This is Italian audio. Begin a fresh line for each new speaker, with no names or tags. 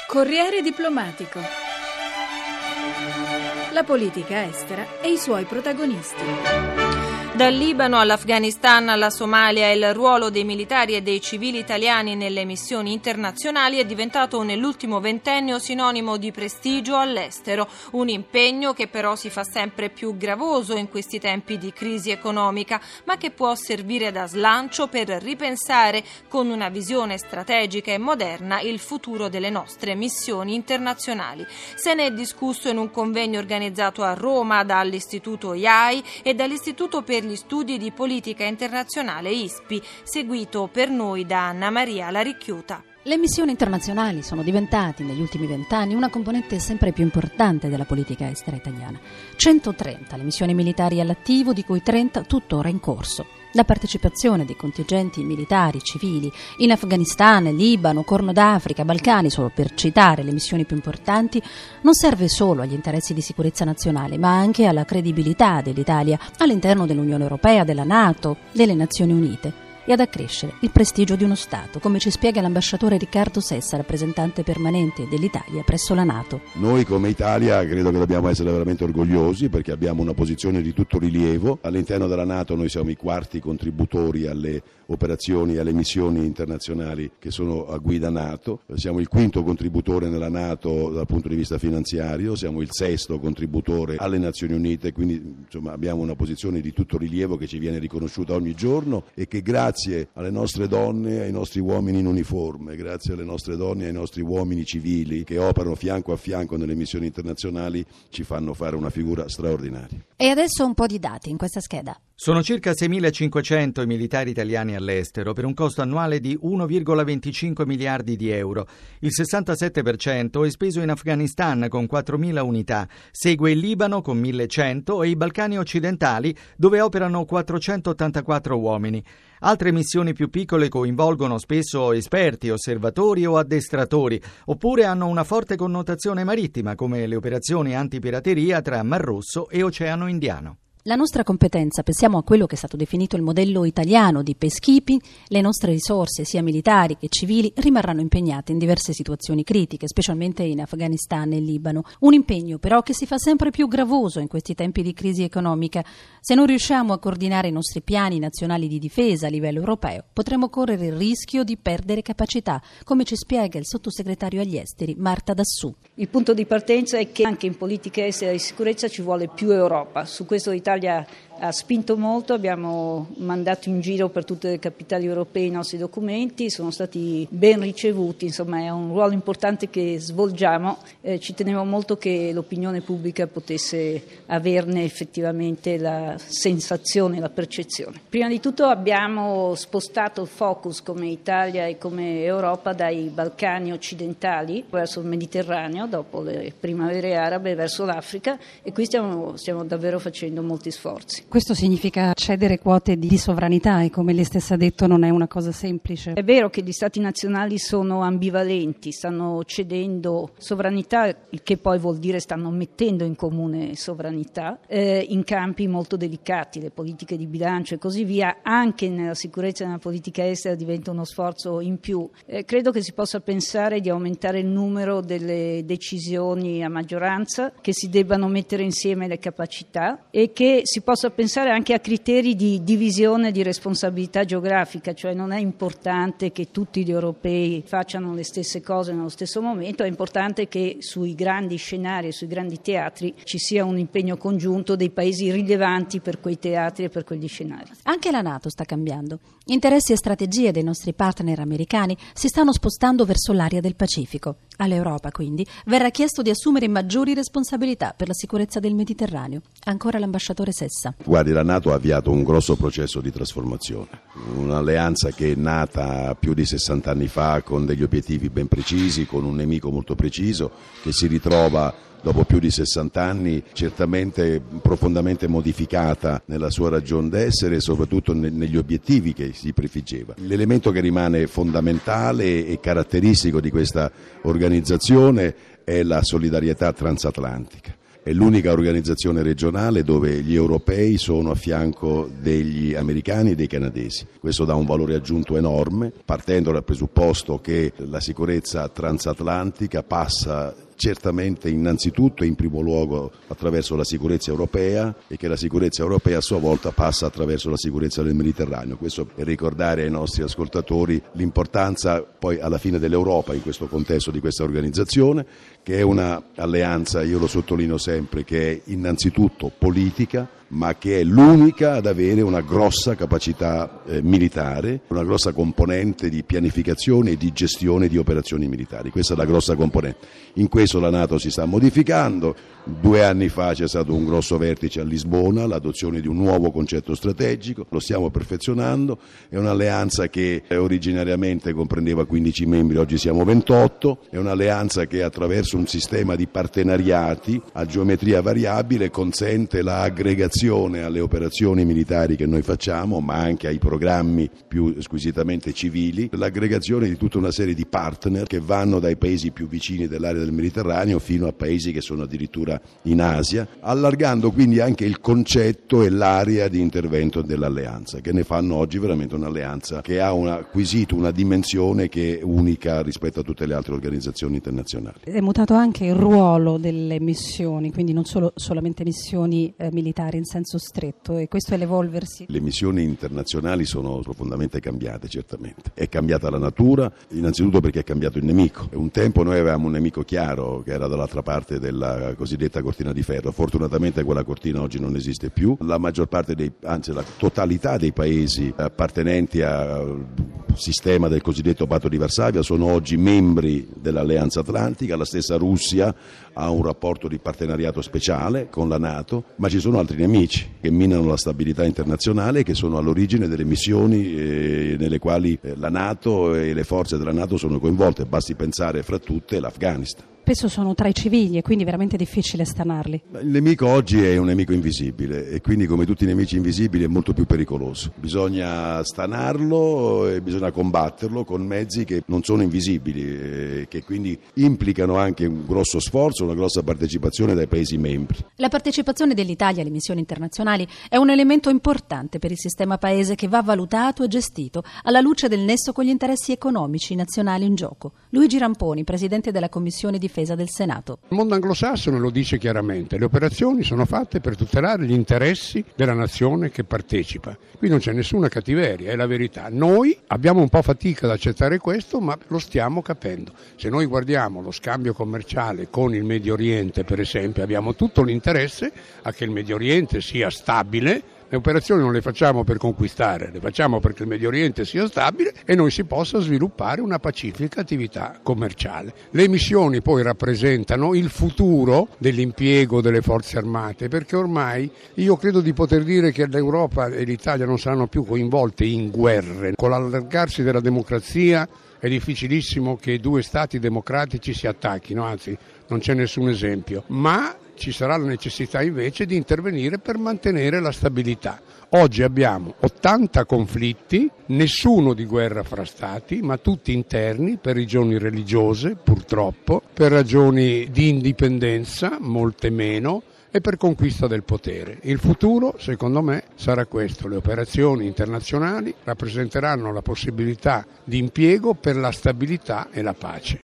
Corriere diplomatico. La politica estera e i suoi protagonisti.
Dal Libano all'Afghanistan alla Somalia, il ruolo dei militari e dei civili italiani nelle missioni internazionali è diventato nell'ultimo ventennio sinonimo di prestigio all'estero, un impegno che però si fa sempre più gravoso in questi tempi di crisi economica, ma che può servire da slancio per ripensare con una visione strategica e moderna il futuro delle nostre missioni internazionali. Se ne è discusso in un convegno organizzato a Roma dall'Istituto IAI e dall'Istituto per gli studi di politica internazionale ISPI, seguito per noi da Anna Maria Laricchiuta.
Le missioni internazionali sono diventate negli ultimi 20 anni una componente sempre più importante della politica estera italiana. 130 le missioni militari all'attivo, di cui 30 tuttora in corso. La partecipazione dei contingenti militari civili in Afghanistan, Libano, Corno d'Africa, Balcani, solo per citare le missioni più importanti, non serve solo agli interessi di sicurezza nazionale, ma anche alla credibilità dell'Italia all'interno dell'Unione Europea, della NATO, delle Nazioni Unite, e ad accrescere il prestigio di uno Stato, come ci spiega l'ambasciatore Riccardo Sessa, rappresentante permanente dell'Italia presso la NATO.
Noi come Italia credo che dobbiamo essere veramente orgogliosi, perché abbiamo una posizione di tutto rilievo. All'interno della NATO noi siamo i quarti contributori alle operazioni e alle missioni internazionali che sono a guida NATO, siamo il quinto contributore nella NATO dal punto di vista finanziario, siamo il sesto contributore alle Nazioni Unite, quindi insomma abbiamo una posizione di tutto rilievo che ci viene riconosciuta ogni giorno e che grazie alle nostre donne e ai nostri uomini in uniforme, grazie alle nostre donne e ai nostri uomini civili che operano fianco a fianco nelle missioni internazionali ci fanno fare una figura straordinaria.
E adesso un po' di dati in questa scheda.
Sono circa 6.500 i militari italiani all'estero per un costo annuale di 1,25 miliardi di euro. Il 67% è speso in Afghanistan con 4.000 unità, segue il Libano con 1.100 e i Balcani occidentali dove operano 484 uomini. Altre missioni più piccole coinvolgono spesso esperti, osservatori o addestratori, oppure hanno una forte connotazione marittima come le operazioni antipirateria tra Mar Rosso e Oceano Indiano.
La nostra competenza, pensiamo a quello che è stato definito il modello italiano di peacekeeping, le nostre risorse, sia militari che civili, rimarranno impegnate in diverse situazioni critiche, specialmente in Afghanistan e Libano. Un impegno però che si fa sempre più gravoso in questi tempi di crisi economica. Se non riusciamo a coordinare i nostri piani nazionali di difesa a livello europeo, potremo correre il rischio di perdere capacità, come ci spiega il sottosegretario agli esteri Marta Dassù.
Il punto di partenza è che anche in politica estera e di sicurezza ci vuole più Europa. Su questo l'Italia ha spinto molto, abbiamo mandato in giro per tutte le capitali europee i nostri documenti, sono stati ben ricevuti, insomma è un ruolo importante che svolgiamo, ci tenevo molto che l'opinione pubblica potesse averne effettivamente la sensazione, la percezione. Prima di tutto abbiamo spostato il focus come Italia e come Europa dai Balcani occidentali verso il Mediterraneo, dopo le primavere arabe, verso l'Africa, e qui stiamo davvero facendo molti sforzi.
Questo significa cedere quote di sovranità e, come lei stessa ha detto, non è una cosa semplice.
È vero che gli stati nazionali sono ambivalenti, stanno cedendo sovranità, il che poi vuol dire stanno mettendo in comune sovranità in campi molto delicati, le politiche di bilancio e così via. Anche nella sicurezza e nella politica estera diventa uno sforzo in più. Credo che si possa pensare di aumentare il numero delle decisioni a maggioranza, che si debbano mettere insieme le capacità e che si possa pensare anche a criteri di divisione di responsabilità geografica, cioè non è importante che tutti gli europei facciano le stesse cose nello stesso momento, è importante che sui grandi scenari e sui grandi teatri ci sia un impegno congiunto dei paesi rilevanti per quei teatri e per quegli scenari.
Anche la NATO sta cambiando. Interessi e strategie dei nostri partner americani si stanno spostando verso l'area del Pacifico. All'Europa, quindi, verrà chiesto di assumere maggiori responsabilità per la sicurezza del Mediterraneo. Ancora l'ambasciatore Sessa.
Guardi, la NATO ha avviato un grosso processo di trasformazione, un'alleanza che è nata più di 60 anni fa con degli obiettivi ben precisi, con un nemico molto preciso, che si ritrova dopo più di 60 anni certamente profondamente modificata nella sua ragion d'essere e soprattutto negli obiettivi che si prefiggeva. L'elemento che rimane fondamentale e caratteristico di questa organizzazione è la solidarietà transatlantica. è l'unica organizzazione regionale dove gli europei sono a fianco degli americani e dei canadesi. Questo dà un valore aggiunto enorme, partendo dal presupposto che la sicurezza transatlantica passa certamente innanzitutto e in primo luogo attraverso la sicurezza europea e che la sicurezza europea a sua volta passa attraverso la sicurezza del Mediterraneo. Questo per ricordare ai nostri ascoltatori l'importanza poi alla fine dell'Europa in questo contesto di questa organizzazione, che è una alleanza, io lo sottolineo sempre, che è innanzitutto politica, ma che è l'unica ad avere una grossa capacità militare, una grossa componente di pianificazione e di gestione di operazioni militari. Questa è la grossa componente. In questo la NATO si sta modificando. 2 anni fa c'è stato un grosso vertice a Lisbona, l'adozione di un nuovo concetto strategico, lo stiamo perfezionando, è un'alleanza che originariamente comprendeva 15 membri, oggi siamo 28, è un'alleanza che attraverso un sistema di partenariati a geometria variabile consente l'aggregazione alle operazioni militari che noi facciamo, ma anche ai programmi più squisitamente civili, l'aggregazione di tutta una serie di partner che vanno dai paesi più vicini dell'area del Mediterraneo fino a paesi che sono addirittura in Asia, allargando quindi anche il concetto e l'area di intervento dell'alleanza, che ne fanno oggi veramente un'alleanza che ha acquisito una dimensione che è unica rispetto a tutte le altre organizzazioni internazionali.
È mutato anche il ruolo delle missioni, quindi non solamente missioni militari in senso stretto, e questo è l'evolversi.
Le missioni internazionali sono profondamente cambiate, certamente. È cambiata la natura, innanzitutto perché è cambiato il nemico. Un tempo noi avevamo un nemico chiaro che era dall'altra parte della cosiddetta cortina di ferro. Fortunatamente quella cortina oggi non esiste più. La maggior parte anzi la totalità dei paesi appartenenti al sistema del cosiddetto patto di Varsavia sono oggi membri dell'Alleanza Atlantica. La stessa Russia ha un rapporto di partenariato speciale con la NATO, ma ci sono altri nemici che minano la stabilità internazionale e che sono all'origine delle missioni nelle quali la NATO e le forze della NATO sono coinvolte. Basti pensare fra tutte l'Afghanistan.
Spesso sono tra i civili e quindi è veramente difficile stanarli.
Il nemico oggi è un nemico invisibile e quindi, come tutti i nemici invisibili, è molto più pericoloso. Bisogna stanarlo e bisogna combatterlo con mezzi che non sono invisibili, che quindi implicano anche un grosso sforzo, una grossa partecipazione dai Paesi membri.
La partecipazione dell'Italia alle missioni internazionali è un elemento importante per il sistema paese che va valutato e gestito alla luce del nesso con gli interessi economici nazionali in gioco. Luigi Ramponi, presidente della Commissione Difesa del Senato.
Il mondo anglosassone lo dice chiaramente: le operazioni sono fatte per tutelare gli interessi della nazione che partecipa. Qui non c'è nessuna cattiveria, è la verità. Noi abbiamo un po' fatica ad accettare questo, ma lo stiamo capendo. Se noi guardiamo lo scambio commerciale con il Medio Oriente, per esempio, abbiamo tutto l'interesse a che il Medio Oriente sia stabile. Le operazioni non le facciamo per conquistare, le facciamo perché il Medio Oriente sia stabile e noi si possa sviluppare una pacifica attività commerciale. Le missioni poi rappresentano il futuro dell'impiego delle forze armate, perché ormai io credo di poter dire che l'Europa e l'Italia non saranno più coinvolte in guerre. Con l'allargarsi della democrazia è difficilissimo che 2 stati democratici si attacchino, anzi non c'è nessun esempio, ma ci sarà la necessità invece di intervenire per mantenere la stabilità. Oggi abbiamo 80 conflitti, nessuno di guerra fra stati, ma tutti interni per ragioni religiose, purtroppo, per ragioni di indipendenza, molte meno, e per conquista del potere. Il futuro, secondo me, sarà questo. Le operazioni internazionali rappresenteranno la possibilità di impiego per la stabilità e la pace.